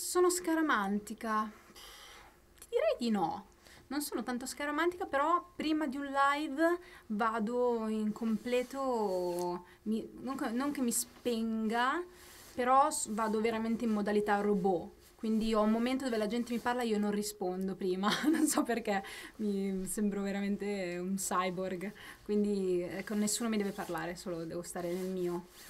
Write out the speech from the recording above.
sono scaramantica? Ti direi di no. Non sono tanto scaramantica, però prima di un live vado in completo, non che mi spenga, però vado veramente in modalità robot. Quindi ho un momento dove la gente mi parla e io non rispondo prima, non so perché, mi sembro veramente un cyborg. Quindi ecco, nessuno mi deve parlare, solo devo stare nel mio.